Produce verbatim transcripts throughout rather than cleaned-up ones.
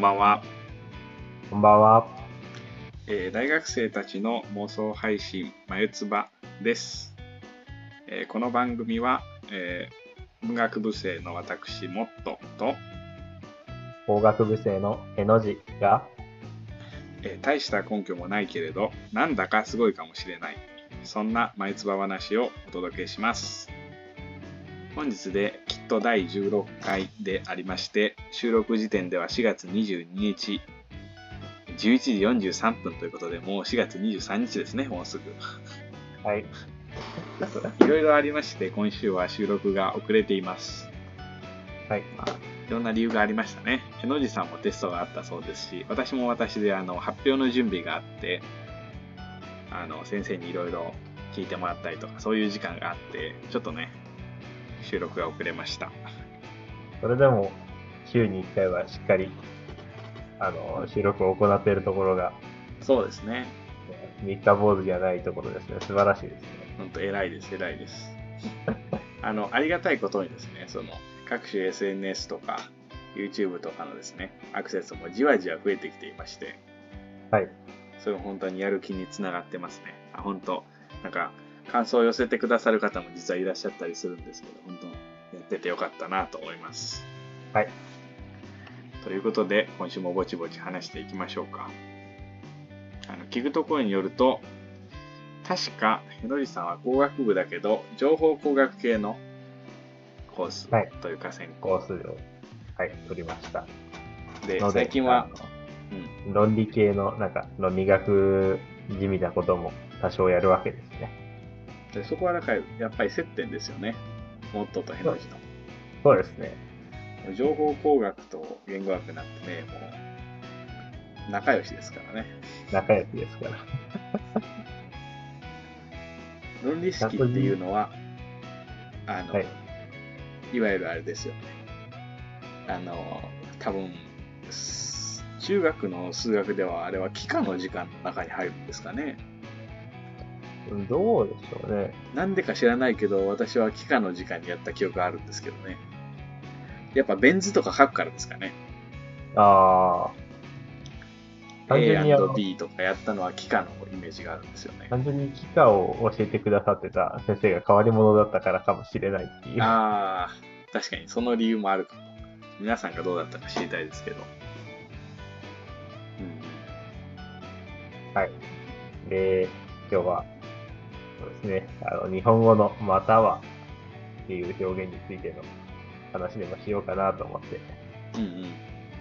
ばんは。 こんばんは。 えー大学生たちの妄想配信、まゆつばです。えーこの番組は、えー文学部生の私、モットと、 法学部生のへの字が、 えー大した根拠もないけれど、なんだかすごいかもしれない。そんなまゆつば話をお届けします。本日できっとだいじゅうろっかいでありまして、収録時点ではしがつにじゅうににち、じゅういちじよんじゅうさんぷんということで、もうしがつにじゅうさんにちですね、もうすぐ。 はい。 いろいろありまして、今週は収録が遅れています。 はい。 まあ、いろんな理由がありましたね。へのじさんもテストがあったそうですし、私も私であの発表の準備があって、あの先生にいろいろ聞いてもらったりとか、そういう時間があって、ちょっとね、収録が遅れました。 それでも、週にいっかいはしっかり、あの、収録を行っているところが、 そうですね。 三日坊主じゃないところですね。素晴らしいですね。 本当偉いです、偉いです。あの、ありがたいことにですね、その、各種 エスエヌエス とか、YouTube とかのですね、アクセスもじわじわ増えてきていまして、 はい。 それも本当にやる気につながってますね。あ、本当なんか、感想を寄せてくださる方も実はいらっしゃったりするんですけど、本当やっててよかったなと思います。 はい。 ということで、今週もぼちぼち話していきましょうか。あの聞くところによると、確か、へのりさんは工学部だけど、情報工学系のコースはいというか専攻コースを、はい、取りました。 で、 ので最近は、 あの論理系の、なんか、論理学地味なことも多少やるわけですね。 でそこはだからやっぱり接点ですよね。モットーとへの字の。 そうですね。 情報工学と言語学なんてね、もう仲良しですからね。 仲良しですから。 論理式っていうのは、あの、 はい、 いわゆるあれですよね。あの、多分、中学の数学ではあれは幾何の時間の中に入るんですかね。 どうでしょうね。 なんでか知らないけど、私は幾何の時間にやった記憶があるんですけどね。やっぱベン図とか書くからですかね。 ああ。単純にあ の A&B とかやったのは幾何のイメージがあるんですよね。 単純に幾何を教えてくださってた先生が変わり者だったからかもしれないっていう。 ああ、確かにその理由もあるかも。皆さんがどうだったか知りたいですけど。 うん、はい。で、今日は、そうですね、あの、日本語のまたはっていう表現についての話でもしようかなと思って。 うんうん。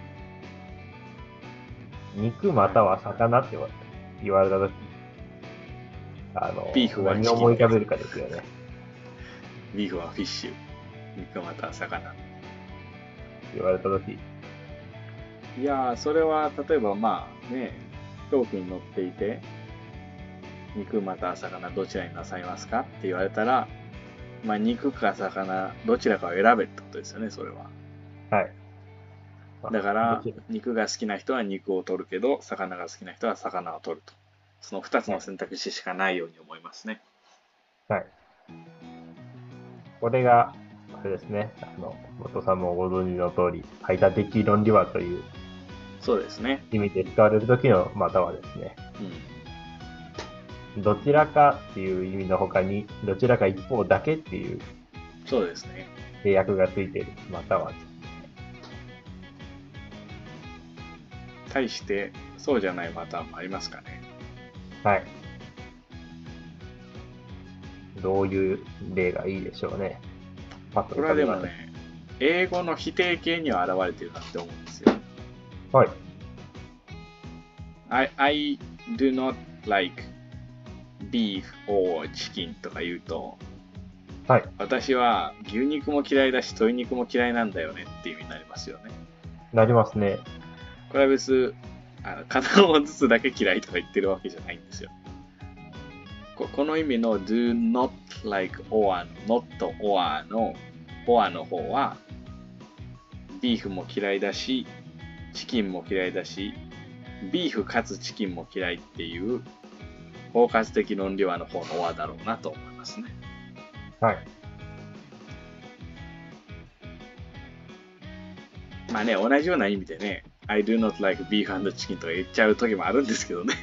肉または魚って言われたとき、あの、 ビーフは何を思い浮かべるかですよね。 ビーフはフィッシュ。肉また魚。 言われたとき。 いやー、それは例えばまあね、飛行機に乗っていて、肉また魚どちらになさいますかって言われたら、まあ肉か魚どちらかを選べってことですよね、それは。 はい。 だからどちら肉が好きな人は肉を取るけど、魚が好きな人は魚を取ると。そのふたつはい。 の選択肢しかないように思いますね。 はい。これが、あれですね、あの、元さんもご存知の通り、排他的論理話というそうですね。 意味で使われるときのまたはですね、 うん。 どちらかっていう意味の他に、どちらか一方だけっていうそうですね。 制約がついているまたは、 対して、そうじゃないパターンもありますかね。 はい。どういう例がいいでしょうね。パッとこれはでもね、英語の否定形には現れてるなって思うんですよ。 はい。 I, I do not like beef or chicken とか言うと、 はい。 私は牛肉も嫌いだし鶏肉も嫌いなんだよねっていう意味になりますよね。 なりますね。 これは別あの片方ずつだけ嫌いとか言ってるわけじゃないんですよ。ここの意味の do not like or not or の or の方はビーフも嫌いだしチキンも嫌いだしビーフかつチキンも嫌いっていう包括的論理話の方の or だろうなと思いますね。 はい。 まあね、同じような意味でね、 I do not like beef and chicken とか言っちゃう時もあるんですけどね。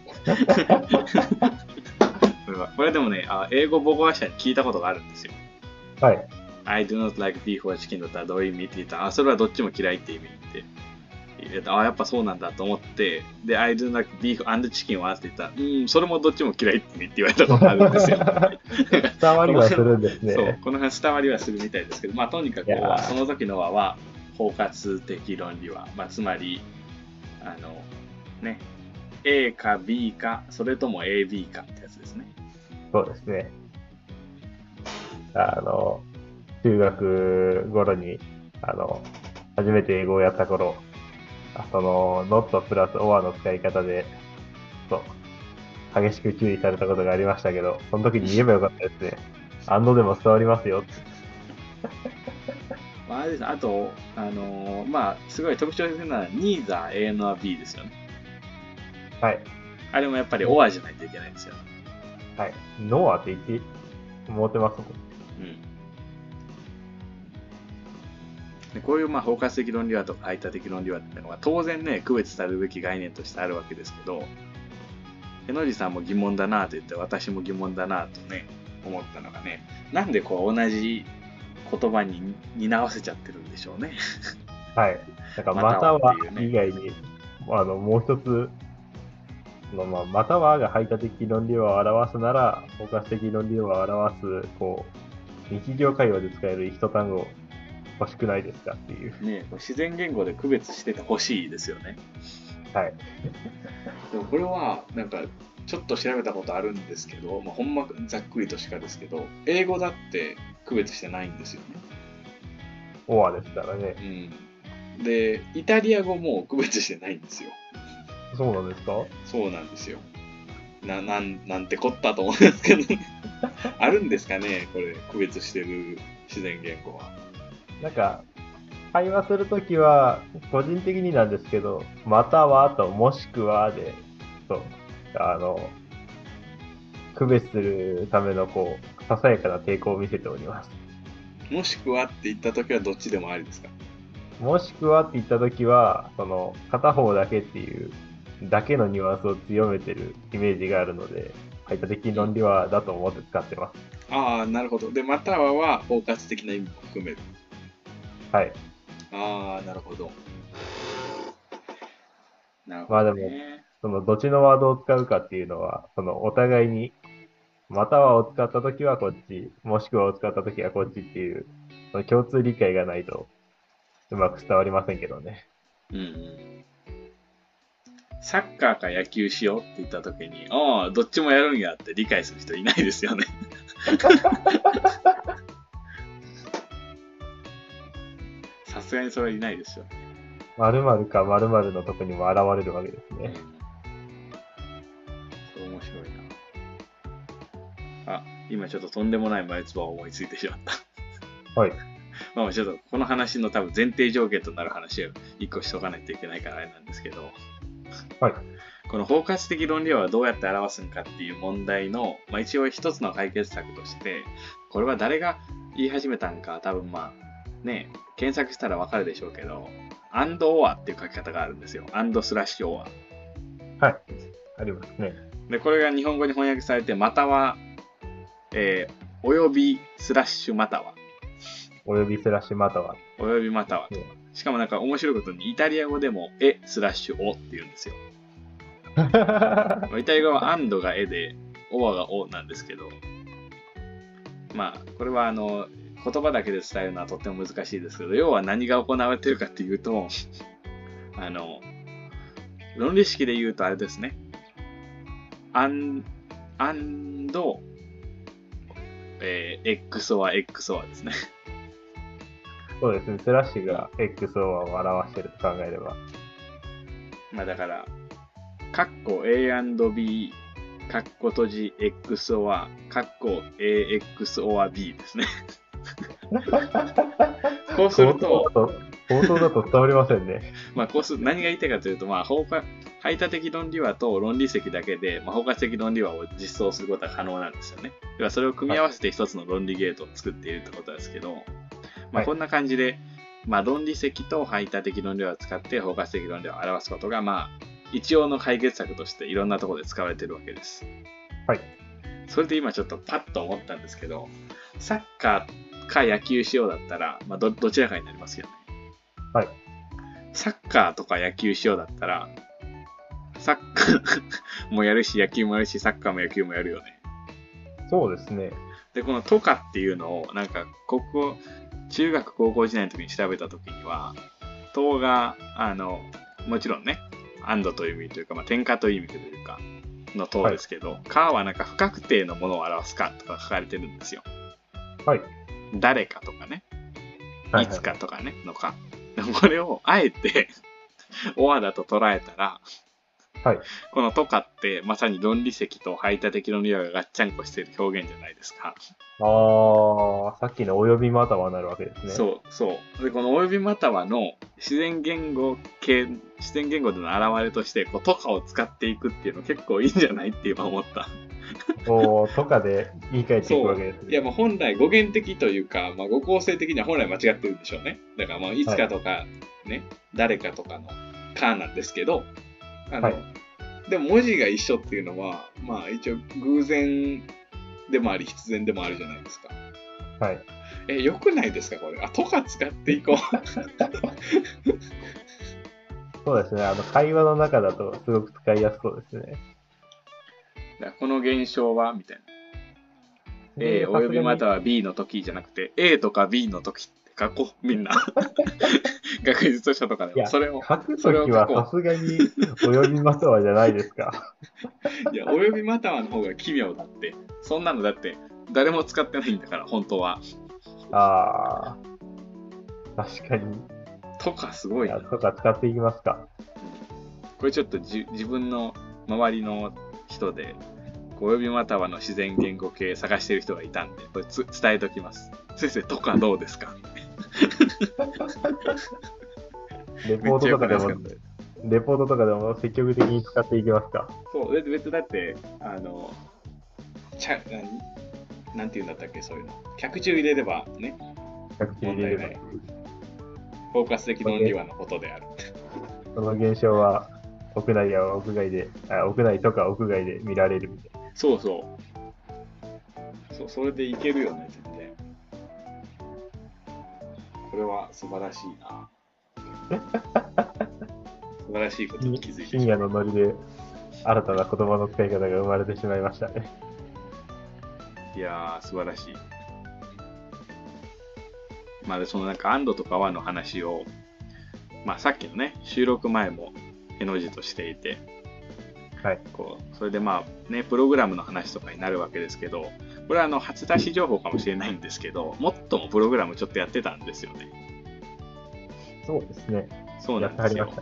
これでもね、あ英語母語話者に聞いたことがあるんですよ。 はい。 I do not like beef or chicken だったらどういう意味って言ったら、あ、それはどっちも嫌いって意味って言って、あ、やっぱそうなんだと思って、で、I do not like beef and chicken はって言ったら、うん、それもどっちも嫌いって言われたことがあるんですよ。 伝わりはするんですね。 そう、この辺伝わりはするみたいですけど、まあとにかくその時の和は包括的論理和、まあ、つまり、あの、ね、A か B か、それとも エービー かってやつですね。 そうですね。あの、中学頃に、あの、初めて英語をやった頃、その、not プラス or の使い方で、そう、激しく注意されたことがありましたけど、その時に言えばよかったですね。and でも伝わりますよ。 まあ、あれです。あと、あのー、まあ、すごい特徴的なのは、neither A の B ですよね。 はい。 あれもやっぱり or じゃないといけないんですよ。 はい。ノアって言って、思ってますもん。 うん。でこういうまあ包括的論理和とか排他的論理和っていうのは当然ね、区別されるべき概念としてあるわけですけど、へのじさんも疑問だなと言って、私も疑問だなとね、思ったのがね、なんでこう同じ言葉に担わせちゃってるんでしょうね。 はい。なんか、または以外に、あの、もう一つ、まあ、またはが排他的論理和を表すなら、包括的論理和を表す、こう、日常会話で使える一単語欲しくないですかっていう。 ね、自然言語で区別しててほしいですよね。 はい。 でもこれは、なんか、ちょっと調べたことあるんですけど、まあ、ほんまざっくりとしかですけど、英語だって区別してないんですよね。 オアですからね。 うん。で、イタリア語も区別してないんですよ。 そうなんですか？ そうなんですよ。な、なん、なんてこったと思うんですけど、ね、あるんですかね、これ、区別してる自然言語は。 なんか、会話するときは、個人的になんですけど、またはともしくはで、そう、あの、区別するための、こう、ささやかな抵抗を見せております。 もしくはって言ったときはどっちでもありですか？ もしくはって言ったときは、その、片方だけっていうだけのニュアンスを強めてるイメージがあるので、排他的論理はだと思って使ってます。 ああ、なるほど。で、またはは包括的な意味も含める。 はい。 ああ、なるほど。なるほまあでも、 どね。 その、どっちのワードを使うかっていうのは、その、お互いに、またはを使ったときはこっち、もしくはを使ったときはこっちっていう、その共通理解がないと、うまく伝わりませんけどね。 うんうん。サッカーか野球しようって言ったときに、ああ、どっちもやるんやって理解する人いないですよね。さすがにそれはいないですよ。 〇〇か〇〇のとこにも現れるわけですね。 それ面白いな。あ、今ちょっととんでもない前つばを思いついてしまった。 はい。 まあちょっとこの話の多分前提条件となる話を一個しとかないといけないからあれなんですけど、 はい。 この包括的論理和はどうやって表すんかっていう問題の、まあ、一応一つの解決策として、これは誰が言い始めたんか多分まあね、検索したらわかるでしょうけど、and or っていう書き方があるんですよ。and スラッシュ or。 はい。ありますね。 で、これが日本語に翻訳されて、または、えー、およびスラッシュまたは。 およびスラッシュまたは。 およびまたは。しかもなんか面白いことに、イタリア語でもえスラッシュおって言うんですよ。イタリア語は and がえで、or がおなんですけど、まあ、これはあの、言葉だけで伝えるのはとっても難しいですけど、要は何が行われているかっていうと、あの、論理式で言うとあれですね。and, and えー、X or X or ですね。 そうですね。スラッシュが エックスオー を表していると考えれば。 まあだから、カッコ A&B、カッコ閉じ X or、カッコ エーエックス or B ですね。こうすると、 放送だと伝わりませんね。 まあこうする何が言いたいかというと、まあ、排他的論理和と論理積だけで、まあ、包括的論理和を実装することは可能なんですよね。要はそれを組み合わせて一つの論理ゲートを作っているってことですけど、まあ、こんな感じで、 まあ、論理積と排他的論理を使って包括的論理を表すことが、まあ、一応の解決策としていろんなところで使われているわけです。 はい。 それで今ちょっとパッと思ったんですけど、サッカーか野球しようだったら、まあ、ど、どちらかになりますよね。 はい。 サッカーとか野球しようだったら、サッカーもやるし、野球もやるし、サッカーも野球もやるよね。 そうですね。 で、このとかっていうのを、なんか、ここ、中学高校時代の時に調べた時には、とが、あの、もちろんね、安堵という意味というか、まあ、天下という意味というか、のとですけど、はい、かはなんか不確定のものを表すかとか書かれてるんですよ。 はい。 誰かとかね、いつかとかね、はいはい、のか。これをあえて、オアだと捉えたら、 はい、 このとかってまさに論理積と排他的論理がガッチャンコしている表現じゃないですか。 ああ、さっきの及びまたはなるわけですね。 そうそう。で、この及びまたはの自然言語系、自然言語での表れとして、こうとかを使っていくっていうの結構いいんじゃないって今思った。 おー、とかで言い換えていくわけですね。 いや、まあ本来語源的というか、まあ語構成的には本来間違ってるんでしょうね。だからまあいつかとかね、はい、誰かとかのかなんですけど、あの、はい、でも文字が一緒っていうのは、まあ一応偶然でもあり必然でもあるじゃないですか。 はい。 え、よくないですかこれ。あ、とか使っていこう。 そうですね。あの、会話の中だとすごく使いやすそうですね。 だこの現象はみたいな。A およびまたは B の時じゃなくて、A とか B の時って書こう、みんな。学術書とかでも。それを書くときはさすがにおよびまたはじゃないですか。 いや、およびまたはの方が奇妙だって。そんなのだって誰も使ってないんだから、本当は。 ああ、確かに。 とかすごいな。 とか使っていきますか。 これちょっとじ自分の周りの人で、およびまたはの自然言語系探してる人がいたんで、これつ伝えときます。先生、とかどうですかレポートとかでも、レポートとかでも積極的に使っていきますか。 そう、別にだって、あの、ちゃ、何なんて言うんだったっけ、そういうの。脚注入れればね。 脚注入れれば。 包括的論理話のことである。 その現象は、屋内や屋外で、あ屋内とか屋外で見られるみたいな。 そうそう。そう、それでいけるよね、全然。これは素晴らしいな。素晴らしいことに気づいてしまう。 深夜のノリで新たな言葉の使い方が生まれてしまいましたね。 いやー、素晴らしい。まあ、そのなんか安堵とか和の話を、まあさっきのね、収録前もへの字としていて、 はい、 こうそれでまあね、プログラムの話とかになるわけですけど、これはあの初出し情報かもしれないんですけど、もっともプログラムちょっとやってたんですよね。 そうですね。 そうなんですよ。 やってはりましたね。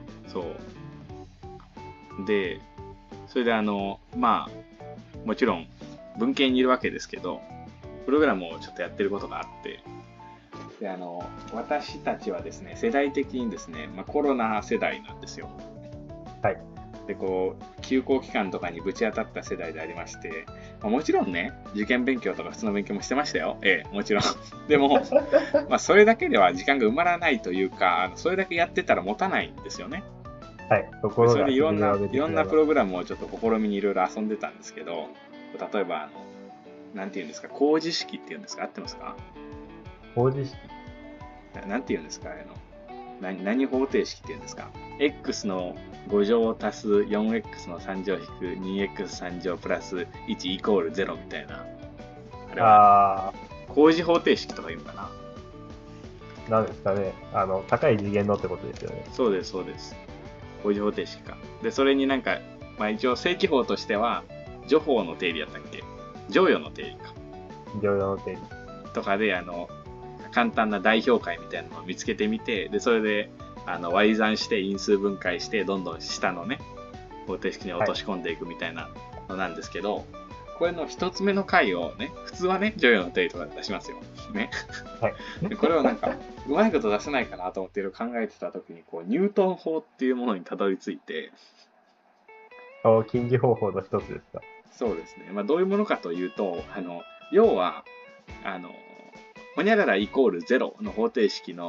そう。で、それであの、まあ、もちろん文系にいるわけですけど、プログラムをちょっとやってることがあって、であの私たちはですね、世代的にですね、まあ、コロナ世代なんですよ。 はい。 でこう休校期間とかにぶち当たった世代でありまして、まあ、もちろんね、受験勉強とか普通の勉強もしてましたよ。ええ、もちろん。でも、まあ、それだけでは時間が埋まらないというか、あのそれだけやってたら持たないんですよね。 はい。 それでいろんな、いろんなプログラムをちょっと試みにいろいろ遊んでたんですけど、例えば、あの、なんていうんですか、公示式っていうんですか、合ってますか？ 公示式なんていうんですか、あの何、何方程式っていうんですか？ X のご乗を足す よんエックス のさん乗引く にエックスさん 乗プラスいちイコールゼロみたいな。あれは、公示方程式とか言うのかな？ なんですかね。あの、高い次元のってことですよね。 そうです、そうです。公示方程式か。で、それになんか、まあ一応正規法としては、除法の定理やったっけ？乗与の定理か。 乗与の定理。 とかで、あの、簡単な代表解みたいなのを見つけてみて、で、それで、あの、割り算して因数分解して、どんどん下のね、方程式に落とし込んでいくみたいなのなんですけど、はい、これの一つ目の解をね、普通はね、乗与の定理とかで出しますよ。ね。 はい。 でこれをなんか、うまいこと出せないかなと思っていろいろ考えてたときに、こう、ニュートン法っていうものにたどり着いて、 あ、近似方法の一つですか？ そうですね。まあ、どういうものかというと、あの、要は、あの、ホニャラライコールゼロの方程式の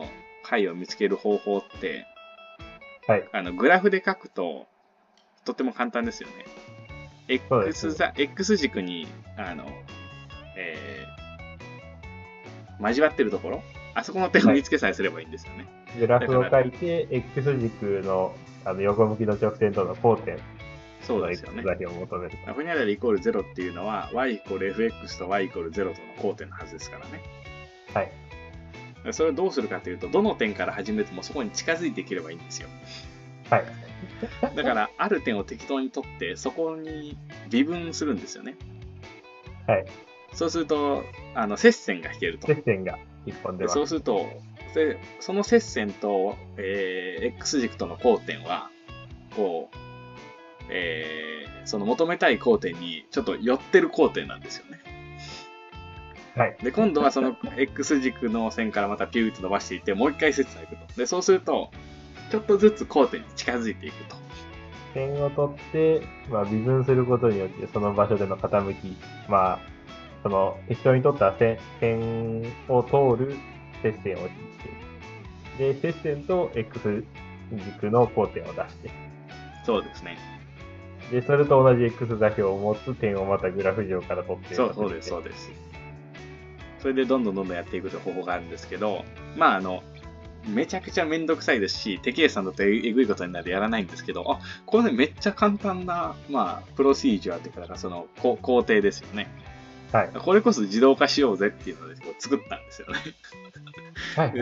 解を見つける方法って、 はい。 あのグラフで書くととっても簡単ですよね。X 座、X 軸にあの、えー、交わってるところ、あそこの点を見つけさえすればいいんですよね。 はい、グラフを書いて、X 軸のあの横向きの直線との交点。 そうですよね。 座標を求める。 ホニャラライコールゼロっていうのは y イコール エフエックス と y イコールゼロとの交点のはずですからね。 はい。 それをどうするかというと、どの点から始めてもそこに近づいていければいいんですよ。 はい。 だから、ある点を適当に取って、そこに微分するんですよね。 はい。 そうすると、あの接線が引けると。 接線が一本出ます。 そうすると、でその接線と、えー、X 軸との交点は、こう、えー、その求めたい交点にちょっと寄ってる交点なんですよね。 はい。 で、今度はその X 軸の線からまたピューッと伸ばしていって、もう一回接線がいくと。で、そうすると、ちょっとずつ交点に近づいていくと。 点を取って、まあ、微分することによって、その場所での傾き、まあ、その適当に取った線点を通る接線を引いて、で、接線と X 軸の交点を出して。 そうですね。 で、それと同じ X 座標を持つ点をまたグラフ上から取って。 そう、そうです、そうです。それでどんどんどんどんやっていくという方法があるんですけど、まあ、あの、めちゃくちゃめんどくさいですし、手計算だとえぐいことになるやらないんですけど、あ、これめっちゃ簡単な、まあ、プロシージュアっていうか、その工程ですよね。 はい。 これこそ自動化しようぜっていうのでこう作ったんですよね。 はい、はい。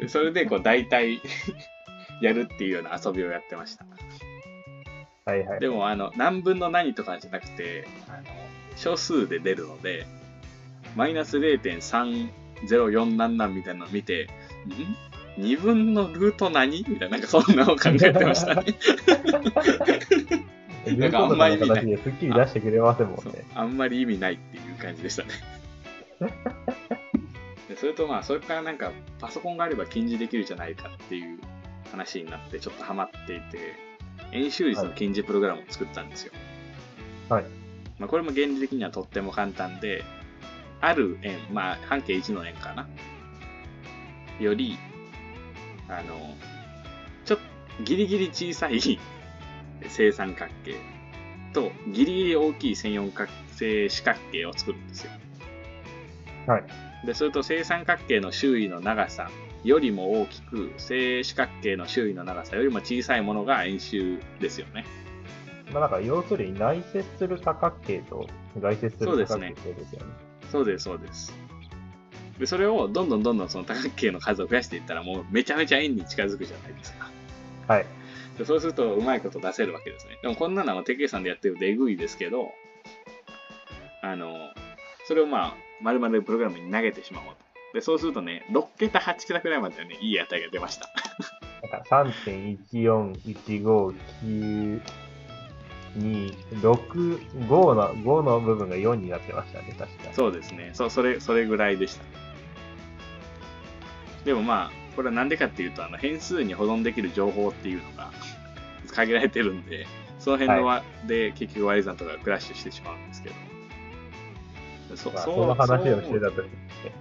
それでこう大体やるっていうような遊びをやってました。 はいはい。 でもあの何分の何とかじゃなくて、あの小数で出るので、マイナス ゼロてんさんゼロよん なんなんみたいなのを見て、んにぶんのルート何みたいな、なんかそんなのを考えてましたね。 なんかあんまり意味ない。すっきり出してくれませんもんね。 あんまり意味ないっていう感じでしたね。でそれとまあ、それからなんかパソコンがあれば近似できるじゃないかっていう話になってちょっとハマっていて、円周率の近似プログラムを作ったんですよ。 はい。 まあ、これも原理的にはとっても簡単で、ある円、まあ半径いちの円かなより、あの、ちょっとギリギリ小さい正三角形とギリギリ大きい正四角正四角形を作るんですよ。 はい。 で、それと正三角形の周囲の長さよりも大きく、正四角形の周囲の長さよりも小さいものが円周ですよね。 まあ、なんか要するに内接する多角形と外接する多角形ですよね。 そうです、そうです。で、それをどんどんどんどんその多角形の数を増やしていったらもうめちゃめちゃ円に近づくじゃないですか。 はい。 でそうするとうまいこと出せるわけですね。でもこんなのは手計算でやってるとえぐいですけど、あの、それをまあ、丸々プログラムに投げてしまおうと。で、そうするとね、ろっけた、はちけたくらいまではね、いい値が出ました。 なんか さんてんいちよんいちごきゅうにろくごのごの部分がよんになってましたね、確か。 そうですね。そう、それ、それぐらいでした。でもまあ、これはなんでかっていうと、あの変数に保存できる情報っていうのが限られてるんで、その辺のは、で結局割り算とかクラッシュしてしまうんですけど。 そ, まあ、その話をしてたときに、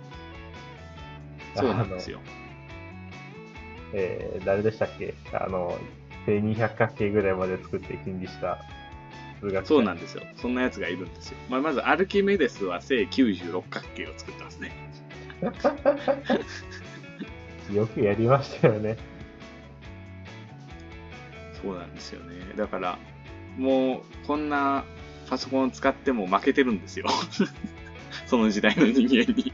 そうなんですよ。 えー、誰でしたっけあの、正二百角形ぐらいまで作って近似した数学者。 そうなんですよ。そんなやつがいるんですよ。まあ、まず、アルキメデスは正きゅうじゅうろっ角形を作ってますね。 よくやりましたよね。 そうなんですよね。だから、もう、こんなパソコンを使っても負けてるんですよ。その時代の人間に。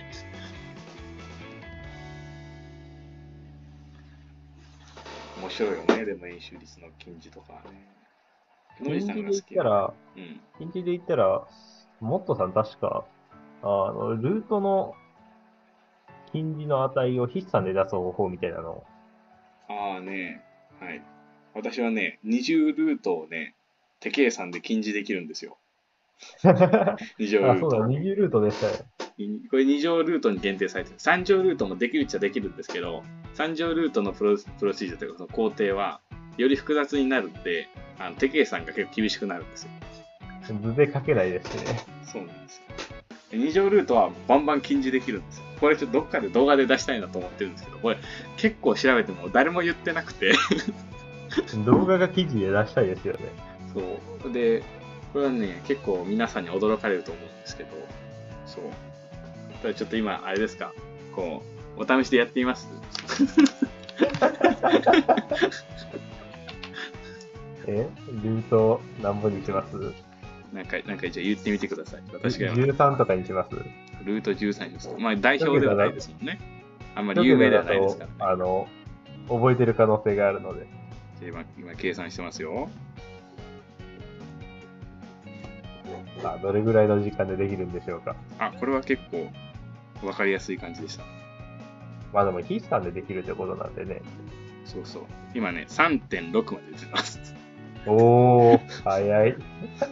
面白いよね、でも円周率の近似とかね。 近似で言ったら、うん、近似で言ったら、モットさん確か、あの、ルートの近似の値を筆算で出す方法みたいなの。 ああね、はい。私はね、二重ルートをね、手計算で近似できるんですよ。二乗ルート。 あ、そうだ、二重ルートでしたよ。 これ二乗ルートに限定されてる。三乗ルートもできるっちゃできるんですけど、三乗ルートのプロ、プロシージャーというかその工程は、より複雑になるんで、あの手計算が結構厳しくなるんですよ。 図で書けないですね。 そうなんですよ。二乗ルートはバンバン近似できるんですよ。 これちょっとどっかで動画で出したいなと思ってるんですけど、これ結構調べても誰も言ってなくて動画が記事で出したいですよね。 そう。で、これはね、結構皆さんに驚かれると思うんですけど、そう。ただちょっと今、あれですか、こう、お試しでやってみますえルート何本にします？ なんか、なんかじゃあ言ってみてください。私がじゅうさんとかにします？ ルートじゅうさんにします。まあ代表ではないですもんね。あんまり有名ではないですからね。 あの、覚えてる可能性があるので。 じゃあ今、今計算してますよ。 さあ、どれぐらいの時間でできるんでしょうか。 あ、これは結構わかりやすい感じでした。 まあでも筆算でできるってことなんでね。 そうそう。今ね、さんてんろく まで出てます。 おー、早い。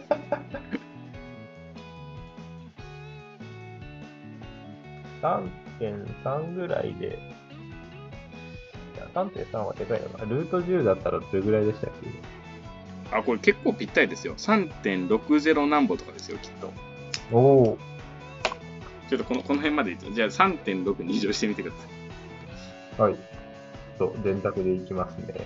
さんてんさん ぐらいで、いや さんてんさん はでかいのかな。ルートじゅうだったらどれぐらいでしたっけ？ あ、これ結構ぴったりですよ。さんてんろくぜろ 何歩とかですよ、きっと。 おー。 ちょっとこのこの辺までいって、じゃあ さんてんろく に乗してみてくださはい。そう、電卓でいきますね。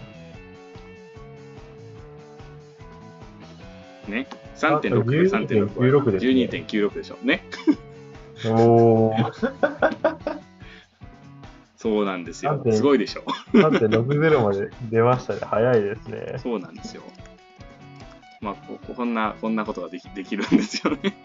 い。ね。さんてんろく か さんてんろく はじゅうにてんきゅうろく ですね。 じゅうにてんきゅうろく でしょ。ね。 おー。 そうなんですよ。 さんてんすごいでしょ。 さんてんろくぜろ まで出ましたね。早いですね。 そうなんですよ。まあ、ここんな、こんなことができできるんですよね。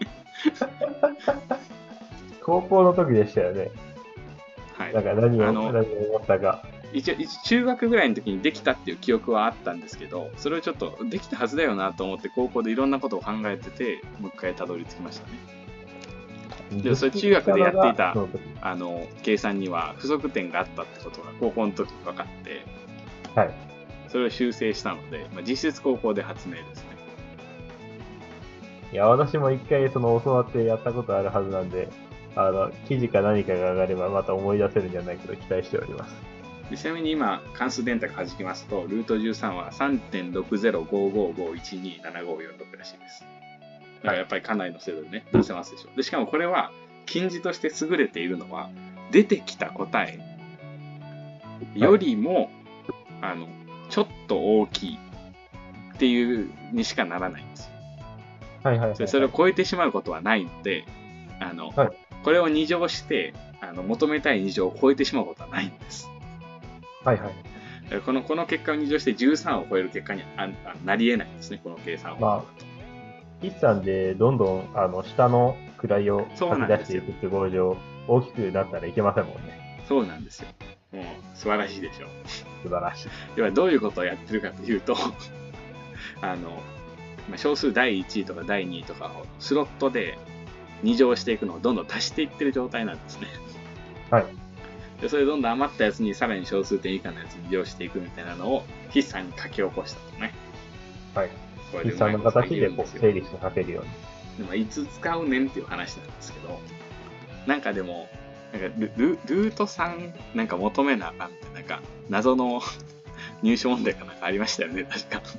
高校の時でしたよね。 はい。 なんか何を、 あの何を思ったか。 一応、一中学ぐらいの時にできたっていう記憶はあったんですけど、それをちょっとできたはずだよなと思って高校でいろんなことを考えてて、もう一回たどり着きましたね。でもそれ中学でやっていたあの計算には不足点があったってことが高校の時分かって、 はい。 それを修正したので、まあ、実質高校で発明ですね。 いや、私も一回その教わってやったことあるはずなんで、あの、記事か何かが上がればまた思い出せるんじゃないかと期待しております。 でちなみに今、関数電卓弾きますと、ルートじゅうさんは さんてんろくぜろごごごいちにーななごよんろく らしいです。だからやっぱりかなりの精度でね、出せますでしょ。で、しかもこれは、近似として優れているのは、出てきた答えよりも、はい、あの、ちょっと大きいっていうにしかならないんですよ。 はいはい、はい、 それを超えてしまうことはないので、あの、はい、これをに乗してあの求めたいに乗を超えてしまうことはないんです。 はいはい。 このこの結果をに乗してじゅうさんを超える結果にああなり得ないんですね、この計算は。まあ、 筆算でどんどんあの下の位を書き出していく都合上、大きくなったらいけませんもんね。 そうなんですよ。もう素晴らしいでしょう。 素晴らしい。 ではどういうことをやってるかというと、あの、小数だいいちいとかだいにいとかをスロットでに乗していくのをどんどん足していってる状態なんですね。 はい。 でそれでどんどん余ったやつにさらに小数点以下のやつに乗していくみたいなのを筆算に書き起こしたとね。 はい。筆算の形でこう整理して書けるように。 でもいつ使うねんっていう話なんですけど、なんかでも、なんか ル, ル, ルートさんなんか求めなあかんって、なんか謎の入試問題かなんかありましたよね、確か。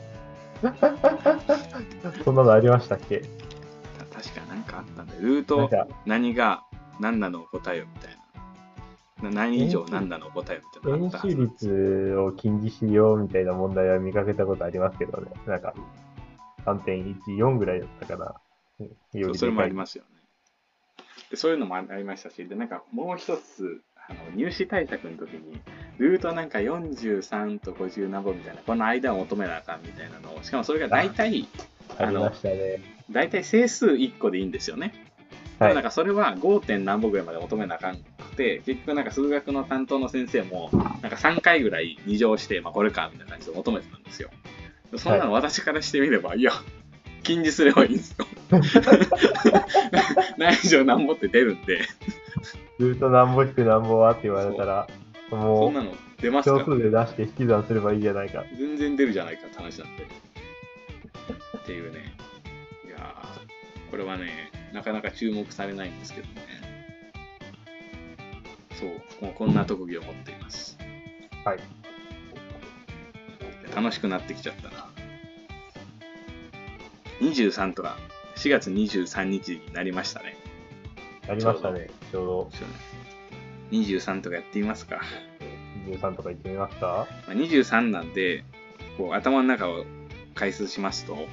そんなのありましたっけ？ 確かなんかあったんで、ルート何が何なのを答えよみたいな。何以上何なのを答えよみたいなのがあったはずなんです。 円周率を近似しようみたいな問題は見かけたことありますけどね。なんか さんてんいちよん ぐらいだったかな。 そうそれもありますよね。でそういうのもありましたし、でなんかもう一つあの入試対策の時にルートなんかよんじゅうさんとごじゅう何本みたいなこの間を求めなあかんみたいなのを、しかもそれが大体ありましたね。 大体整数いっこでいいんですよね。はい、なんかそれは ご. 点何本ぐらいまで求めなあかんくて、結局なんか数学の担当の先生もなんかさんかいぐらいに乗して、まあ、これかみたいな感じで求めてたんですよ。そんなの私からしてみれば、はい、いや近似すればいいんですよ。何以上何本って出るんで。 ルート何本引く何本はって言われたら、もうそんなの出ますから。 小数で出して引き算すればいいじゃないか。 全然出るじゃないかって話なんで。っていうね。いやー、これはね、なかなか注目されないんですけどね。そう、もうこんな特技を持っています。 はい。 楽しくなってきちゃったな。にじゅうさんとかしがつにじゅうさんにちになりましたね。 なりましたね、ちょうど。 にじゅうさんとかやってみますか。 にじゅうさんとか言ってみますか。 まあ、にじゅうさんなんで、こう頭の中を解説しますと、はい、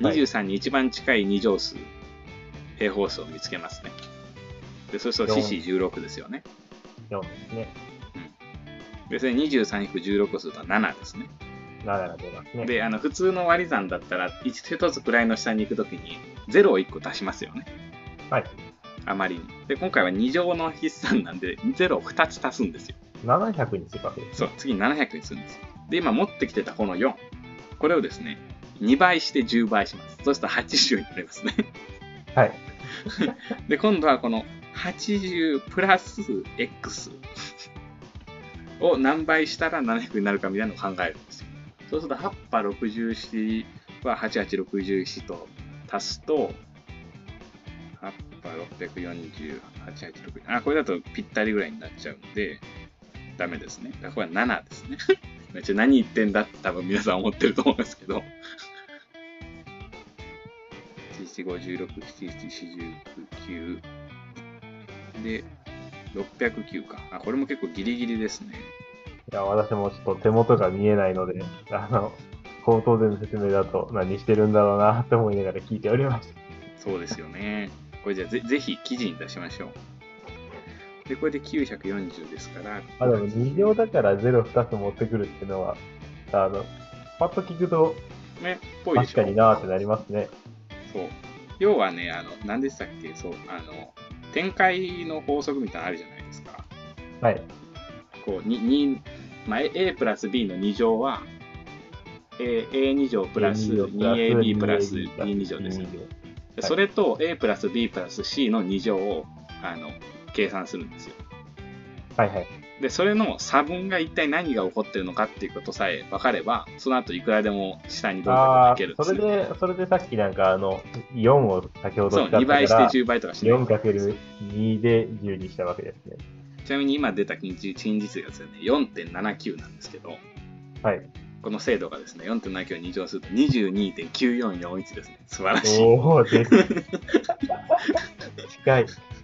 にじゅうさんに一番近い二乗数、平方数を見つけますね。で、そうすると四四じゅうろくですよね。 よんですね。 うん。で、それにじゅうさん引くじゅうろくするとななですね。 ななが出ますね。 で、あの、普通の割り算だったら、一つ位の下に行くときに、ゼロをいっこ足しますよね。 はい。 あまりに。で、今回はに乗の筆算なんで、ゼロをふたつ足すんですよ。 ななひゃくにするわけです、 ね。そう、次ななひゃくにするんですよ。で、今持ってきてたこのよん。これをですね、にばいしてじゅうばいします。そうするとはちじゅうになりますね。 はい。 で、今度はこのはちじゅうプラス X を何倍したらななひゃくになるかみたいなのを考えるんですよ。そうするとはち波ろくじゅうよんははちはちろくじゅうよんと足すと、はち波ろっぴゃくよんじゅう、はちはちろくじゅう、あ、これだとぴったりぐらいになっちゃうんで、ダメですね。だからこれはななですね。めっちゃ何言ってんだって多分皆さん思ってると思うんですけど。なななごじゅうろく、なななよんじゅうきゅうで、ろっぴゃくきゅうか。あ、これも結構ギリギリですね。 いや、私もちょっと手元が見えないので、あの、口頭での説明だと何してるんだろうなって思いながら聞いております。 そうですよね。これじゃあぜぜひ記事に出しましょう。で、これできゅうひゃくよんじゅうですから。 あ、でもに乗だからゼロふたつ持ってくるっていうのは、あの、パッと聞くと、 ね、ぽいでしょ。 確かになーってなりますね。 そう。要はね、あの、何でしたっけ、そう、あの、展開の法則みたいなのあるじゃないですか。 はい。 こう、に、に、まあ、A プラス B のに乗は、A、エーに 乗プラス にエービー プラス ビーに 乗ですよ。はい、それと A プラス B プラス C のに乗を、あの、計算するんですよ。 はいはい。 で、それの差分が一体何が起こってるのかっていうことさえ分かれば、その後いくらでも下にどんどんいけるんですよ。 それで、それでさっきなんかあの、よんを先ほど使ったから、 そう、にばいしてじゅうばいとかして、ね、 よんかけるに でじゅうにしたわけですね。 ちなみに今出た近似値がですね、よんてんななきゅう なんですけど、 はい。 この精度がですね、よんてんななきゅう をに乗すると にじゅうにてんきゅうよんよんいち ですね。素晴らしい。 おー、で近い。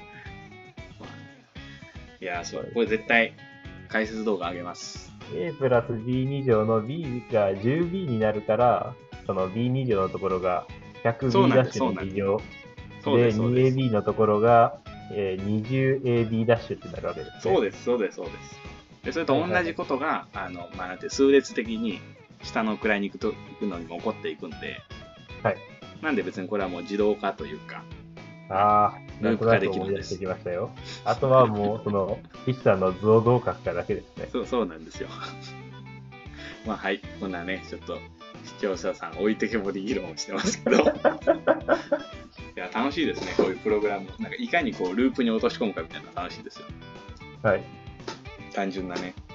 いやー、そう。これ絶対解説動画上げます。 A プラス ビーに 乗の B が じゅうビー になるから、その ビーに 乗のところが ひゃくビー ダッシュのに乗で、にエービー のところが、えー、にじゅうエービー ダッシュってなるわけですね。 そうです、そうです、そうです。でそれと同じことが、あの、まあ、なんて数列的に下の位に行くと、行くのにも起こっていくんで、 はい。 なんで別にこれはもう自動化というか、 ああ、ループ化できるんです。きましたよ。あとはもう、その、筆算の図をどう書くかだけですね。 そう、そうなんですよ。まあはい、こんなね、ちょっと視聴者さん置いてけぼり議論をしてますけど、いや、楽しいですね、こういうプログラム。なんかいかにこうループに落とし込むかみたいなの楽しいですよ。 はい。 単純なね。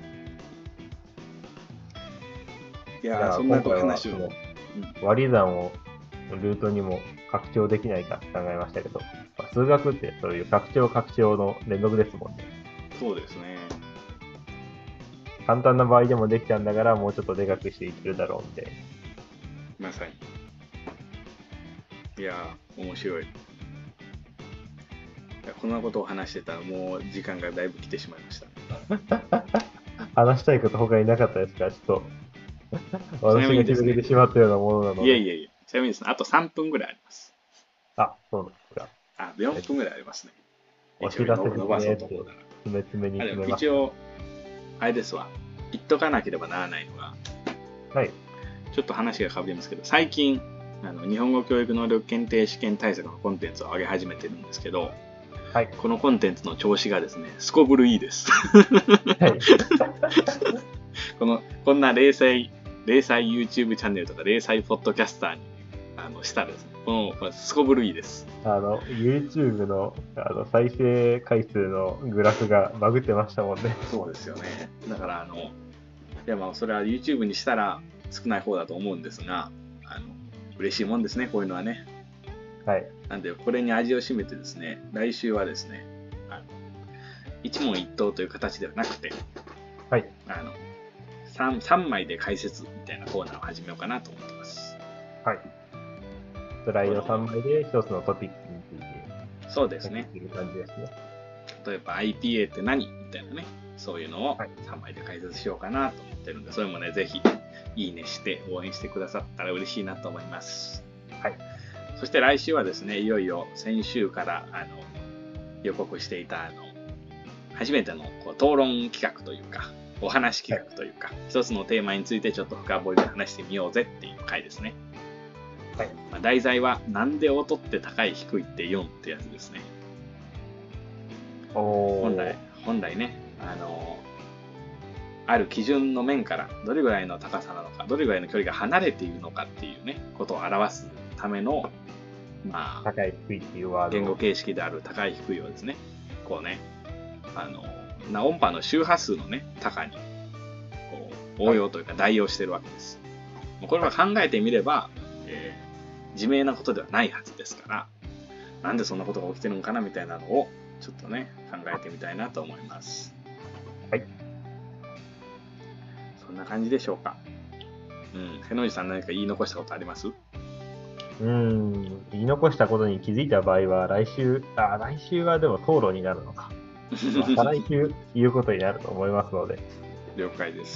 いやー、そんな話を。 割り算をルートにも拡張できないかって考えましたけど、まあ、数学ってそういう拡張拡張の連続ですもんね。 そうですね。 簡単な場合でもできたんだから、もうちょっとでかくしていけるだろうみたいな。 まさに。いやー、面白い。いやこんなことを話してたらもう時間がだいぶ来てしまいました。 話したいこと他になかったですか？ちょっと。私が広げてしまったようなものなので。 いやいやいや、ちなみにですね、あとさんぷんぐらいあります。 あ、そうなんですか。 あ、よんぷんぐらいありますね。 お知らせですねって、詰め詰めに詰めます。 一応、あれですわ。言っとかなければならないのが、 はい。 ちょっと話が変わりますけど、最近、あの日本語教育能力検定試験対策のコンテンツを上げ始めてるんですけど、 はい、 このコンテンツの調子がですね、すこぶるいいです。はい、このこんな零細、零細 YouTube チャンネルとか零細ポッドキャスターにあのしたらですね、このこれすこぶるいいです。 あの YouTube の, あの再生回数のグラフがバグってましたもんね。 そうですよね。だからあの、いやまあそれは YouTube にしたら少ない方だと思うんですが、あの嬉しいもんですね、こういうのはね。 はい。 なんで、これに味を占めてですね、来週はですね、あの一問一答という形ではなくて、 はい。 あの 3, さんまいで解説みたいなコーナーを始めようかなと思ってます。 はい。スライドさんまいで一つのトピックについて、 そうですね。 いう感じですね。 例えば アイピーエー って何みたいなね、そういうのをはいさんまいで解説しようかなと思ってるんで、それもね、ぜひいいねして応援してくださったら嬉しいなと思います。 はい。 そして来週はですね、いよいよ先週からあの予告していたあの初めてのこう討論企画というか、お話企画というか、はい、一つのテーマについてちょっと深掘りで話してみようぜっていう回ですね。 はい。 まあ、題材はなんで音って高い低いってよんってやつですね。 お本来本来ね、あのある基準の面からどれぐらいの高さなのか、どれぐらいの距離が離れているのかっていうね、ことを表すための、まあ、 高い低いっていうワード。 言語形式である高い低いをですね、こうね、あの、な音波の周波数のね、高に、こう、応用というか代用してるわけです。これは考えてみれば、えー、自明なことではないはずですから、なんでそんなことが起きてるのかなみたいなのを、ちょっとね、考えてみたいなと思います。 はい。 そんな感じでしょうか。うん。瀬野内さん何か言い残したことあります？ うーん。言い残したことに気づいた場合は、来週、あ、来週はでも討論になるのか。また来週言うことになると思いますので。 了解です。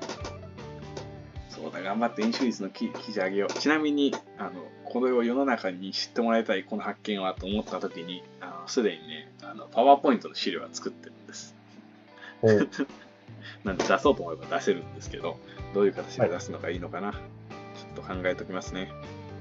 そうだ、頑張って演習率の記事上げよう。ちなみに、あの、これを世の中に知ってもらいたいこの発見はと思ったときに、あの、すでにね、あの、パワーポイントの資料は作ってるんです。なんで出そうと思えば出せるんですけど、どういう形で出すのがいいのかな。はい、ちょっと考えておきますね。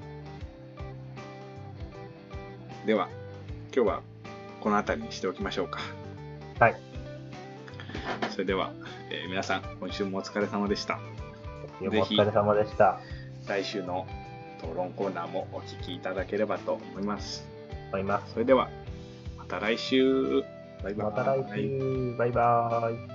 では、今日はこの辺りにしておきましょうか。 はい。 それでは、えー、皆さん、今週もお疲れ様でした。 お疲れ様でした。 来週の討論コーナーもお聞きいただければと思います。 思います。 それでは、また来週。バイバイ。 また来週。バイバイ。